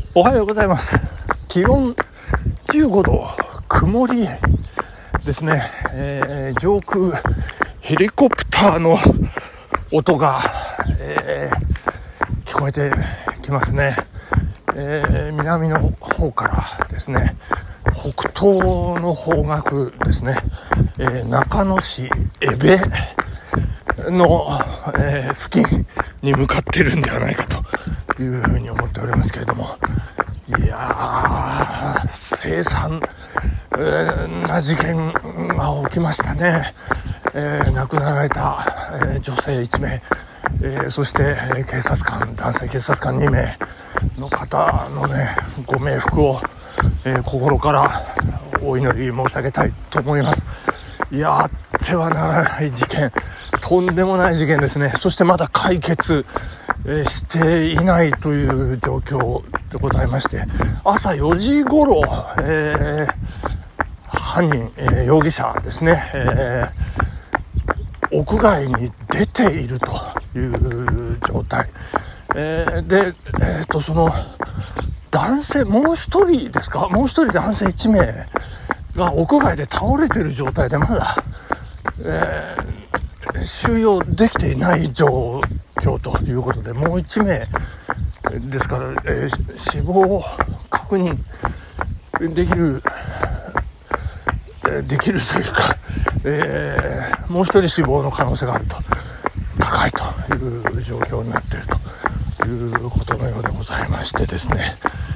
おはようございます。気温15度、曇りですね。上空ヘリコプターの音が、聞こえてきますね。南の方からですね、北東の方角ですね、中野市江部の、付近に向かっているんではないかというふうに思っておりますけれども、いやー、凄惨な事件が起きましたね。亡くなられた、女性1名、そして男性警察官2名の方のね、ご冥福を、心からお祈り申し上げたいと思います。やってはならない事件、とんでもない事件ですね。そしてまだ解決、していないという状況でございまして、朝4時頃、犯人、容疑者ですね、屋外に出ているという状態、で、その男性もう一人男性1名が屋外で倒れている状態で、まだ、収容できていない状況ということで、もう1名ですから、死亡を確認できるというか、もう一人死亡の可能性があると、高いという状況になっているということのようでございましてですね、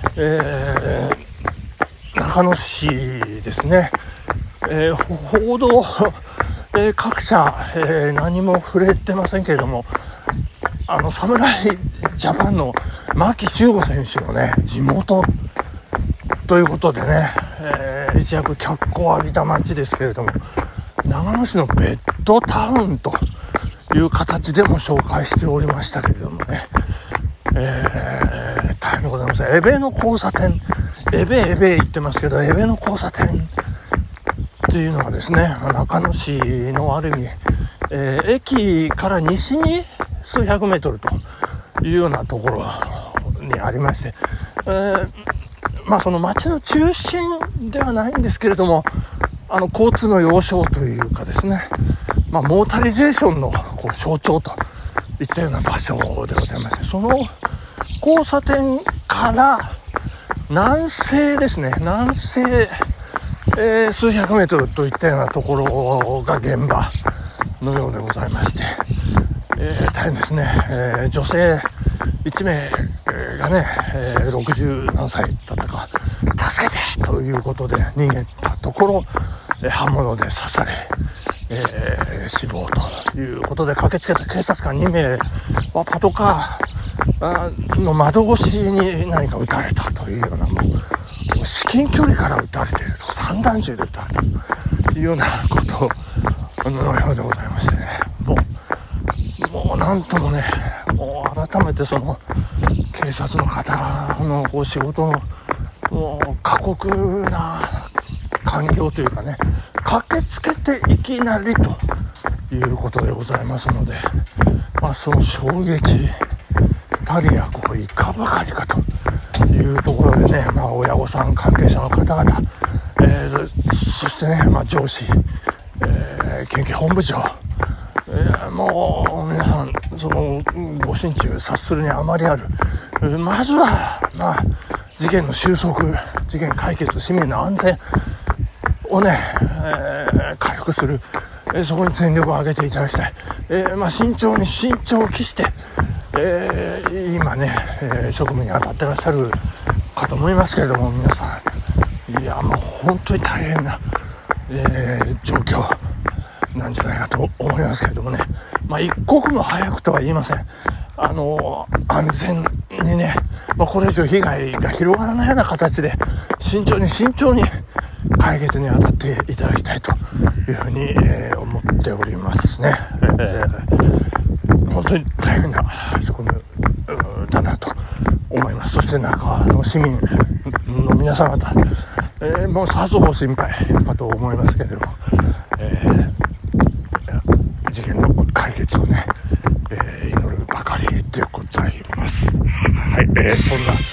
中野市ですね、報道、各社、何も触れてませんけれども、侍ジャパンの牧秀悟選手のね、地元ということでね、一躍脚光を浴びた街ですけれども、長野市のベッドタウンという形でも紹介しておりましたけれどもね、大変でございます。江部の交差点、江部言ってますけど、江部の交差点っていうのはですね、中野市のある意味、駅から西に数百メートルというようなところにありまして、その街の中心ではないんですけれども、交通の要衝というかですね、モータリゼーションの象徴といったような場所でございまして、その交差点から南西ですね、数百メートルといったようなところが現場のようでございまして、大変ですね。女性1名がね、60何歳だったか、助けてということで逃げたところ、刃物で刺され、死亡ということで、駆けつけた警察官2名はパトカーの窓越しに何か撃たれたというような、もう至近距離から撃たれていると、散弾銃で撃たれたというようなことのようでございましてね、もうなんともね、もう改めてその警察の方の仕事のもう過酷な環境というかね、駆けつけていきなりということでございますので、その衝撃たりやいかばかりかというところでね、親御さん、関係者の方々、そしてね、上司、県警本部長、もう皆さん、そのご心中察するにあまりある、まずは事件の収束、事件解決、市民の安全をね、回復する、そこに全力を挙げていただきたい。慎重を期して、今ね、職務に当たってらっしゃるかと思いますけれども、皆さん、いやもう本当に大変な、状況なんじゃないかと思いますけれどもね、一刻も早くとは言いません。安全にね、これ以上被害が広がらないような形で慎重に解決に当たっていただきたいというふうに、思っておりますね。本当に大変な職務だなと思います。そして中の市民の皆さん方、もうさぞご心配かと思いますけれども、事件の解決をね、祈るばかりでございます。はい、そんな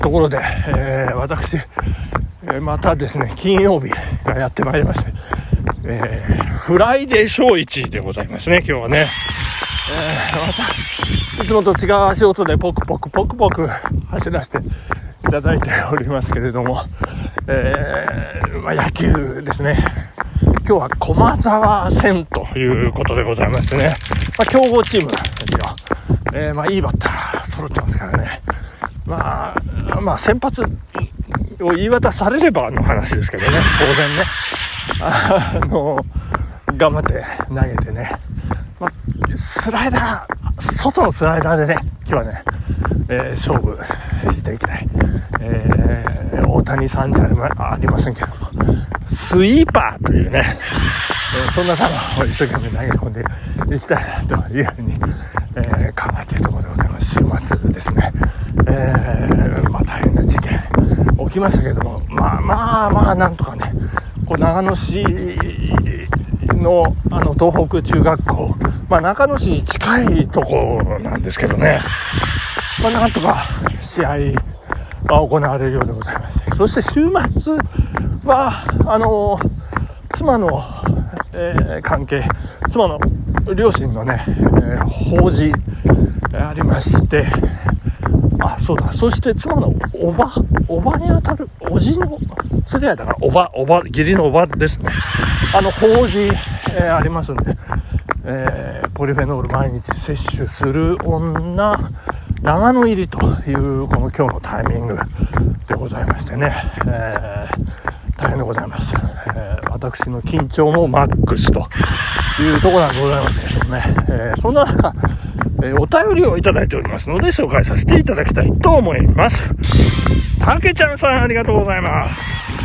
ところで、私、またですね、金曜日がやってまいりまして、フライデー小1でございますね、今日はね。また、いつもと違う足音でポクポク走らせていただいておりますけれども、野球ですね。今日は駒沢戦ということでございましてね、強豪チームですよ。いいバッター揃ってますからね。先発を言い渡されればの話ですけどね、当然ね。頑張って投げてね。スライダー、外のスライダーでね、今日はね、勝負していきたい。大谷さんじゃありませんけども、スイーパーというね、そんな球を一生懸命投げ込んでいきたいなというふうに、考えているところでございます。週末ですね、大変な事件起きましたけれども、なんとかね、長野市の東北中学校、中野市に近いところなんですけどね、なんとか試合が行われるようでございまして、そして週末は妻の、関係、妻の両親のね、法事ありまして、そして妻のおばにあたるおじの連れ合いだから義理のおばですね。法事、ありますんで、ポリフェノール毎日摂取する女長野入りというこの今日のタイミングでございましてね、大変でございます。私の緊張もマックスというところなんでございますけどもね、そんな中、お便りをいただいておりますので紹介させていただきたいと思います。たけちゃんさん、ありがとうございます。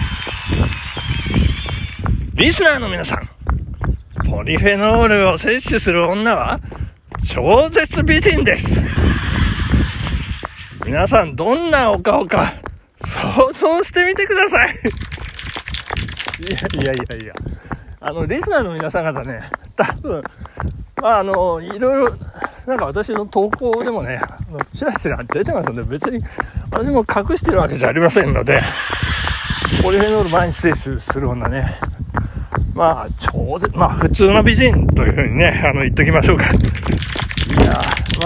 リスナーの皆さん、ポリフェノールを摂取する女は超絶美人です。皆さんどんなお顔か想像してみてください。いやリスナーの皆さん方ね、多分いろいろなんか私の投稿でもね、チラチラ出てますので、別に私も隠してるわけじゃありませんので、ポリフェノール毎日摂取する女ね、普通の美人というふうにね、言っときましょうか。いや、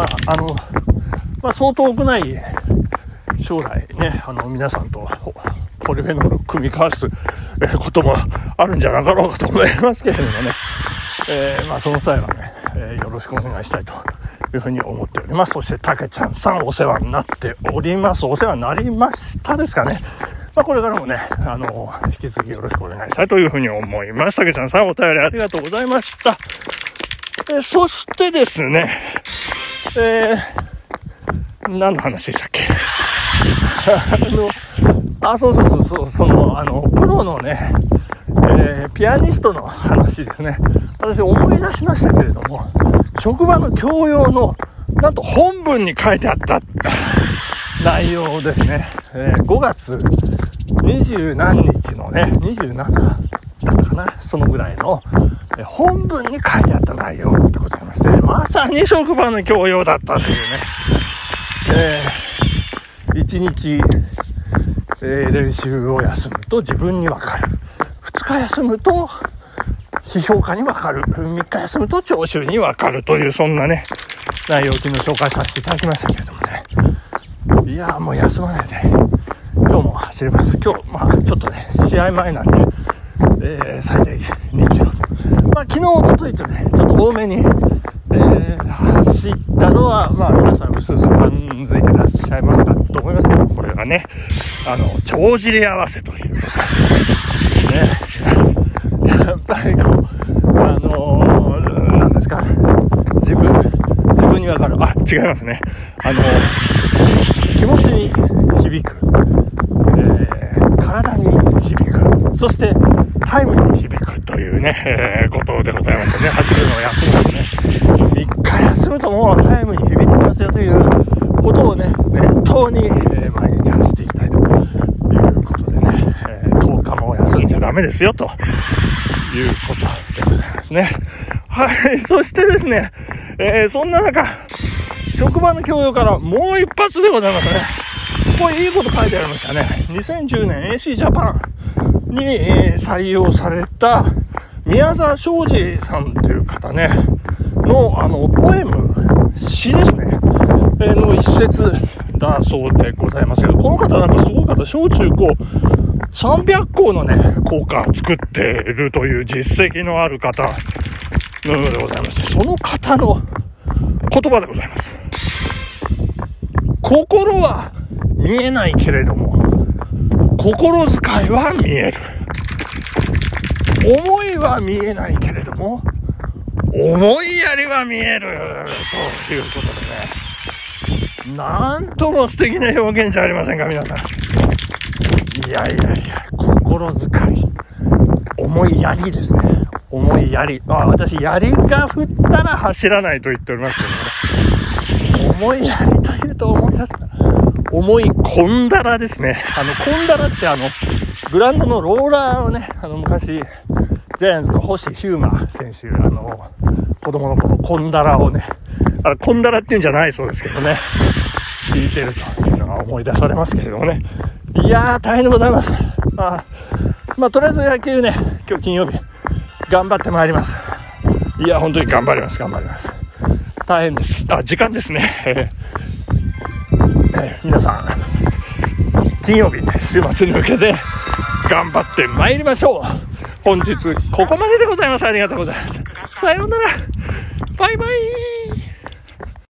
そう遠くない将来ね、皆さんとポリフェノールを組み交わすこともあるんじゃなかろうかと思いますけれどもね、その際はね、よろしくお願いしたいというふうに思っております。そしてたけちゃんさん、お世話になっております。お世話になりましたですかね。これからもね、引き続きよろしくお願いしたいというふうに思います。たけちゃんさん、お便りありがとうございました。そしてですね、何の話でしたっけ？プロのね、ピアニストの話ですね。私思い出しましたけれども、職場の教養のなんと本文に書いてあった内容ですね。5月20何日のね、27だったかな、そのぐらいの本文に書いてあった内容でございまして、まさに職場の教養だったというね、1日、練習を休むと自分にわかる、2日休むと批評家にわかる、3日休むと聴衆にわかるという、そんなね内容を昨日紹介させていただきましたけれどもね、いやもう休まないで今日も走れます。今日ちょっとね試合前なんで、最低2キロと、昨日おとといとねちょっと多めに、走ったのは皆さんうすうす感づいてらっしゃいますかと思いますけど、これがね帳尻合わせということでね、やっぱり何ですか、自分にわかる、違いますね、気持ちに響く、体に響く、そしてタイムに響くというね、ことでございますね。走るのを休むとね、一回休むともうタイムに響いてきますよということをね、念頭に、毎日走っていきたいということでね、10日も休んじゃダメですよということでございますね。はい、そしてですね、そんな中、職場の教養からもう一発でございますね。 こいいこと書いてありましたね。2010年 AC ジャパンに、採用された宮沢昌司さんという方ね、のポエム、詩ですね、の一節だそうでございますけど、この方なんかすごい方、小中高300校のね、校歌作っているという実績のある方のようでございまして、その方の言葉でございます。心は見えないけれども、心遣いは見える。思いは見えないけれども、思いやりは見える。ということでね。なんとも素敵な表現じゃありませんか、皆さん。いや、心遣い。思いやりですね。思いやり。私、やりが降ったら走らないと言っておりますけどね。思いやりというと思い出すな。思いこんだらですね。こんだらってグラウンドのローラーをね、昔、ジャイアンツの星ヒューマ選手、子供の頃、こんだらをね、こんだらっていうんじゃないそうですけどね、聞いてるというのが思い出されますけれどもね。いやー、大変でございます。とりあえず野球ね、今日金曜日、頑張ってまいります。いや、本当に頑張ります。大変です。時間ですね。皆さん、金曜日、週末に向けて頑張ってまいりましょう。本日ここまででございます。ありがとうございます。さようなら。バイバイ。